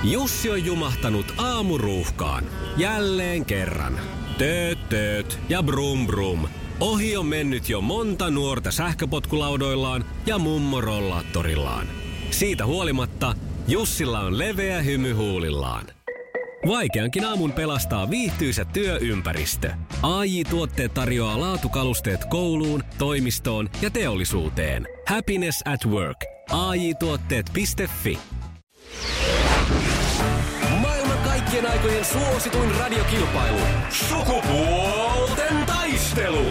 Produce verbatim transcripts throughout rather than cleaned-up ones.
Jussi on jumahtanut aamuruuhkaan. Jälleen kerran. Tööt, tööt ja brum brum. Ohi on mennyt jo monta nuorta sähköpotkulaudoillaan ja mummorollaattorillaan. Siitä huolimatta Jussilla on leveä hymy huulillaan. Vaikeankin aamun pelastaa viihtyisä työympäristö. A J-tuotteet tarjoaa laatukalusteet kouluun, toimistoon ja teollisuuteen. Happiness at work. A J tuotteet piste fi. Maailman kaikkien aikojen suosituin radiokilpailu. Sukupuolten taistelu.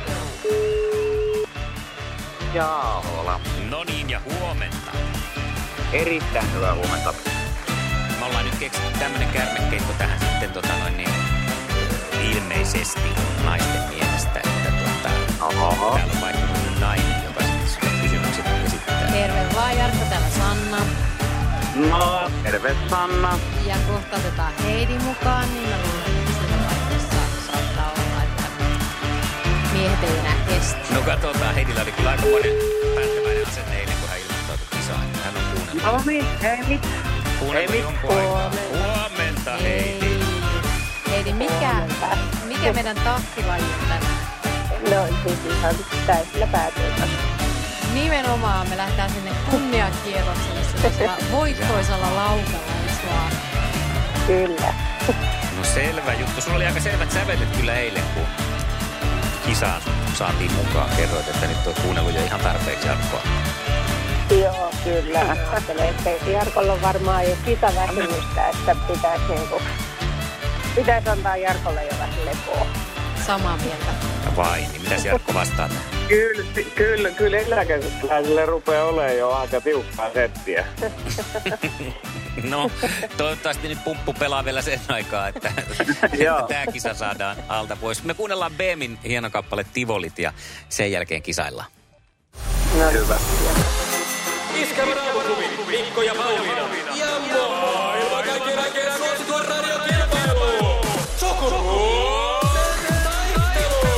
Jaahola. No niin, ja huomenta. Erittäin hyvää huomenta. Me ollaan nyt keksitty tämmönen kärmekeikko tähän sitten tota noin niin ilmeisesti naisten mielestä, että tota Oho. täällä on vaikka nainen, joka sitten sulle kysymykset esittää. Terve vaan, Jarkko, täällä Sanna. No, terve Sanna. Ja kohta otetaan Heidi mukaan, niin mä luulen, että siinä vaiheessa saattaa olla, että miehet ei enää kestä. No katsotaan, Heidillä oli kyllä aika monen päättäväinen asenne eilen, kun hän ilmoittautui kisaan, että hän on kuunnellut. No niin, ei mitään. Kuunnellut Ei jonkun aikaa. Huomenta, Heidi. Ei. Heidi, mikä, mikä meidän tahtilaji on tänään? No siis ihan täysillä päätöillä. Nimenomaan me lähdetään sinne kunniakierrokselle sellaisella voittoisella laukalla, eikö vaan? Kyllä. No selvä juttu. Sulla oli aika selvät sävelet kyllä eilen, kun kisaan saatiin mukaan. Kerroit, että nyt on kuunnellut jo ihan tarpeeksi Jarkkoa. Joo, kyllä. Ajattelen, että Jarkolla on varmaan jo kisaväsymystä, että pitäisi, niinku, pitäisi antaa Jarkolle jo vähän lepoa. Samaa mieltä. Vai, niin mitäs Jarkko vastaa? Kyllä, kyllä, kyllä eläkeläisille rupeaa olemaan jo aika tiukkaa settiä. No, toivottavasti nyt pumppu pelaa vielä sen aikaa, että tämä kisa saadaan alta pois. Me kuunnellaan Beemin hieno kappale Tivolit ja sen jälkeen kisaillaan. No hyvä. Iskävä raamuklubi, Mikko ja Pauliina. Ja maailman kaikkien aikeen suosituen radiokilpailu. Sukupuolten taistelu.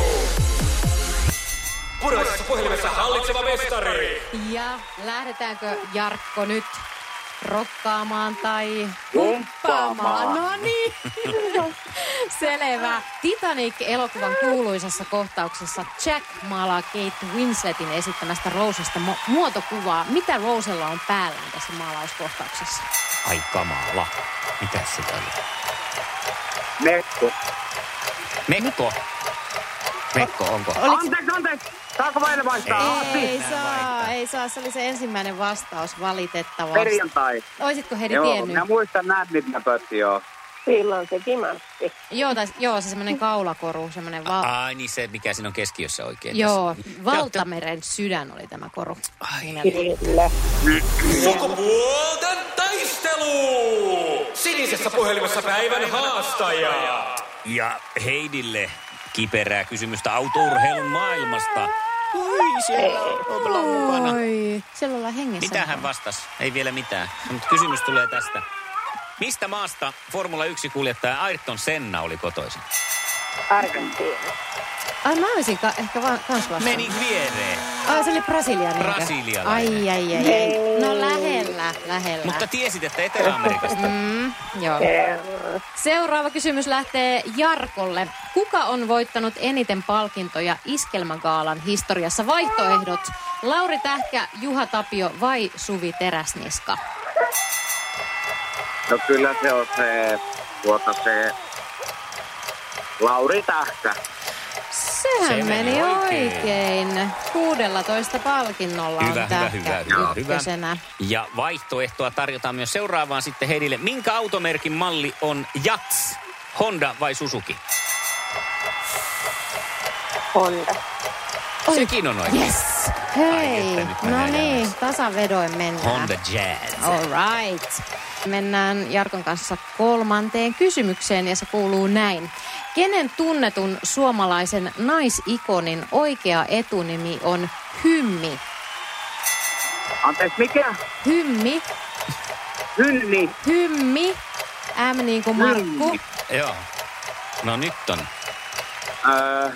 Puraisessa puhelimessa hallitseva mestari. Ja lähdetäänkö Jarkko nyt rokkaamaan tai humppaamaan? No niin. Selvä. Titanic-elokuvan kuuluisassa kohtauksessa Jack maalaa Kate Winsletin esittämästä Rosesta mu- muotokuvaa. Mitä Rosella on päällään tässä maalauskohtauksessa? Ai kamala. Mitäs se oli? Mekko. Mekko. Mekko, onko? Oliko... Anteeksi, anteeksi. Saako meille vaihtaa? Ei saa, ei saa. Se oli se ensimmäinen vastaus valitettavasti. Perjantai. Oisitko Heidi Joo, tiennyt? minä muistan nännit mä pötti, joo. Silloin se timantti. Joo, tai, joo, se semmoinen kaulakoru, semmoinen val... Ai niin se, mikä siinä on keskiössä oikein. Joo, tässä. Valtameren sydän oli tämä koru. Ai. Kyllä. Sukupuolten taistelu. Sinisessä puhelimessa päivän haastaja. Ja Heidille kiperää kysymystä autourheilun maailmasta. Oi, siellä ollaan mukana. Oi, siellä ollaan hengessä. Mitä hän vastasi? Ei vielä mitään. Mutta kysymys tulee tästä. Mistä maasta Formula yksi-kuljettaja Ayrton Senna oli kotoisin? Argentiina. Ai mä olisin ka- ehkä vaan kans vastannut. Meni viereen. Ai se oli brasilialainen. Brasilialainen. Ai, ai, ai, ai. No lähellä, lähellä. Mutta tiesit, että Etelä-Amerikasta. Mm, joo. Seuraava kysymys lähtee Jarkolle. Kuka on voittanut eniten palkintoja Iskelmägaalan historiassa? Vaihtoehdot: Lauri Tähkä, Juha Tapio vai Suvi Teräsniska? No kyllä se on se, tuota se Lauri Tähkä. Sehän Se meni, meni oikein. oikein. kuusitoista palkinnolla Hyvä, on hyvä, Tähkä hyvä, hyvä, hyvä. ykkösenä. Ja vaihtoehtoa tarjotaan myös seuraavaan sitten Heidille. Minkä automerkin malli on Jats? Honda vai Suzuki? Honda. Oi. Sekin on oikein. Yes! Ai Hei, että, nyt no mennään niin, jälleen. tasavedoin mennään. Honda Jazz. All right. Mennään Jarkon kanssa kolmanteen kysymykseen ja se kuuluu näin. Kenen tunnetun suomalaisen naisikonin oikea etunimi on Hymmi? Anteeksi, mikä? Hymmi. Hynni. Hymmi. M niin kuin Markku. Hymmi. Joo. No nyt on. Öö,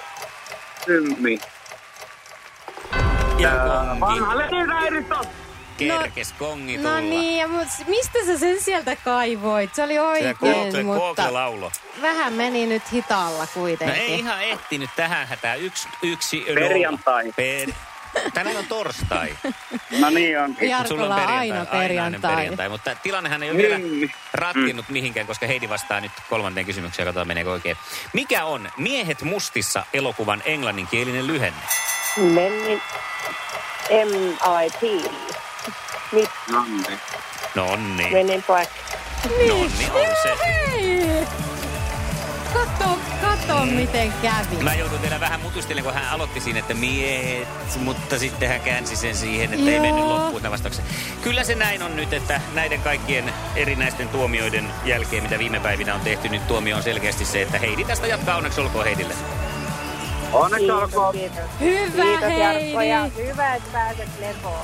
Hymmi. Ja Öö, gongi. Vanha Leni Väiristo. kerkes kongi tulla. No niin, mutta mistä sä sen sieltä kaivoit? Se oli oikein, se mutta laulo. vähän meni nyt hitaalla kuitenkin. No ei ihan ehtinyt tähän hätään. Yksi, yksi Perjantai. Per... Tänään on torstai. No niin on. Jarkolla on aina perjantai. perjantai. Mutta tilannehan ei ole vielä ratkinnut mihinkään, koska Heidi vastaa nyt kolmanteen kysymykseen, katsotaan meneekö oikein. Mikä on Miehet mustissa -elokuvan englanninkielinen lyhenne? Menni M I T. Mit? Nonni. Nonni. Menin Black. Nonni on se. Hei! Kato, kato mm. miten kävi. Mä joudun vielä vähän mutustelemaan, kun hän aloitti siinä, että miehet, mutta sitten hän käänsi sen siihen, että Joo. ei mennyt loppuun tämän vastauksen. Kyllä se näin on nyt, että näiden kaikkien erinäisten tuomioiden jälkeen, mitä viime päivinä on tehty, nyt tuomio on selkeästi se, että Heidi tästä jatkaa. Onneksi olkoon Heidille. Onneksi olkoon. Kiitos. Hyvä Kiitos, Heidi. Jarkko, ja hyvä, että pääset lepoon.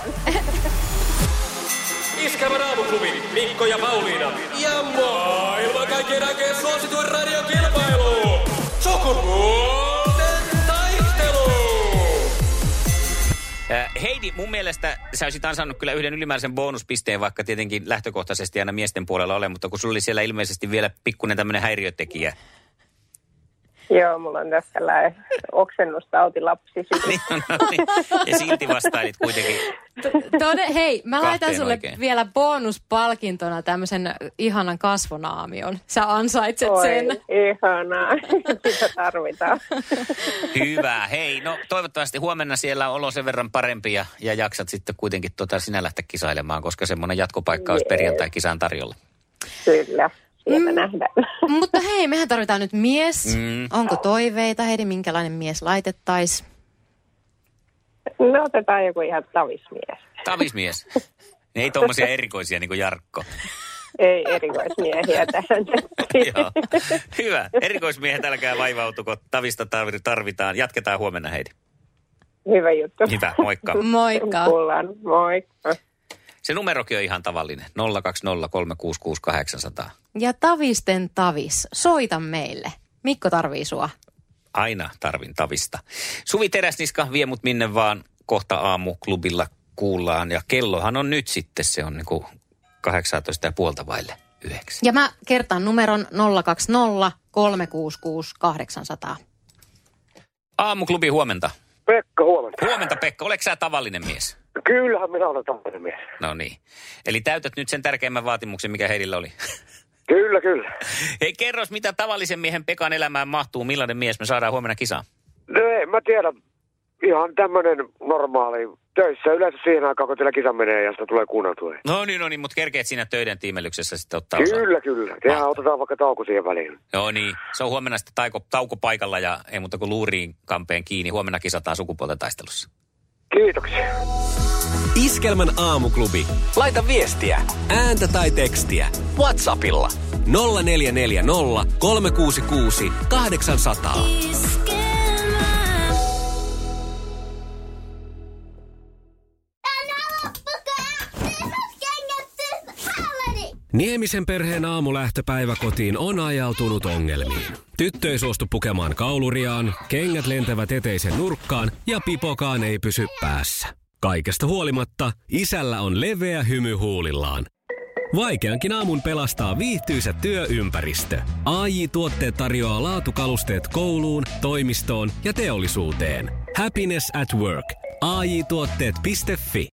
Iskävän aamuklubi, Mikko ja Pauliina. Ja maailman kaikkien aikeen suosituen radiokilpailu. Sukupuolten taistelu. Äh, Heidi, mun mielestä sä olisit ansainnut kyllä yhden ylimääräisen bonuspisteen, vaikka tietenkin lähtökohtaisesti aina miesten puolella ole, mutta kun sulla oli siellä ilmeisesti vielä pikkuinen tämmöinen häiriötekijä. Joo, mulla on tässä tällainen oksennustautilapsi. Niin, no, niin. Ja silti vastailit kuitenkin. Tode, hei, mä laitan sulle oikein. vielä bonuspalkintona tämmöisen ihanan kasvonaamion. Sä ansaitset Oi, sen. ihanaa. Sitä tarvitaan. Hyvä. Hei, no toivottavasti huomenna siellä on olo sen verran parempi ja, ja jaksat sitten kuitenkin tota sinä lähteä kisailemaan, koska semmoinen jatkopaikka olisi perjantai-kisaan tarjolla. Kyllä. Sieltä mm. nähdään. Mutta hei, mehän tarvitaan nyt mies. Mm. Onko toiveita, Heidi, minkälainen mies laitettaisiin? No otetaan joku ihan tavismies. Tavismies. Ei tommosia erikoisia niin kuin Jarkko. Ei erikoismiehiä tähän. Joo. Hyvä. Erikoismiehet, älkää vaivautuko. Tavista tarvitaan. Jatketaan huomenna, Heidi. Hyvä juttu. Hyvä, moikka. Moikka. Kuullaan, moikka. Se numerokin on ihan tavallinen. nolla kaksi nolla kolme kuusi kuusi kahdeksan nolla nolla. Ja tavisten tavis. Soita meille. Mikko tarvii sua. Aina tarvin tavista. Suvi Teräsniska, vie mut minne vaan. Kohta aamuklubilla kuullaan. Ja kellohan on nyt sitten. Se on niin kuin kahdeksantoista ja puolta vaille yhdeksän. Ja mä kertaan numeron nolla kaksi nolla kolme kuusi kuusi kahdeksan nolla nolla. Aamuklubi, huomenta. Pekka, huomenta. Huomenta, Pekka. Oletko sä tavallinen mies? Kyllähän minä olen tavallinen mies. No niin. Eli täytät nyt sen tärkeimmän vaatimuksen, mikä Heidillä oli. Kyllä, kyllä. Hei, kerros, mitä tavallisen miehen Pekan elämään mahtuu? Millainen mies me saadaan huomenna kisaan? No ei, mä tiedän. Ihan tämmönen normaali. Töissä yleensä siihen aikaan, kun teillä kisa menee ja sitä tulee kuunneltua. No niin, no niin, mutta kerkeet siinä töiden tiimelyksessä sitten ottaa osaa. Kyllä, kyllä. Tehän otetaan vaikka tauko siihen väliin. Joo niin. Se on huomenna sitten tauko, tauko paikalla ja ei muuta kuin luuriin kampeen kiinni. Huomenna kisataan sukupuolten taistelussa. Kiitoksia. Iskelmän aamuklubi. Laita viestiä, ääntä tai tekstiä. WhatsAppilla nolla neljä neljä nolla kolme kuusi kuusi kahdeksan nolla nolla. Niemisen perheen aamulähtöpäivä kotiin on ajautunut ongelmiin. Tyttö ei suostu pukemaan kauluriaan, kengät lentävät eteisen nurkkaan ja pipokaan ei pysy päässä. Kaikesta huolimatta, isällä on leveä hymy huulillaan. Vaikeankin aamun pelastaa viihtyisä työympäristö. A J-tuotteet tarjoaa laatukalusteet kouluun, toimistoon ja teollisuuteen. Happiness at work. A J tuotteet piste fi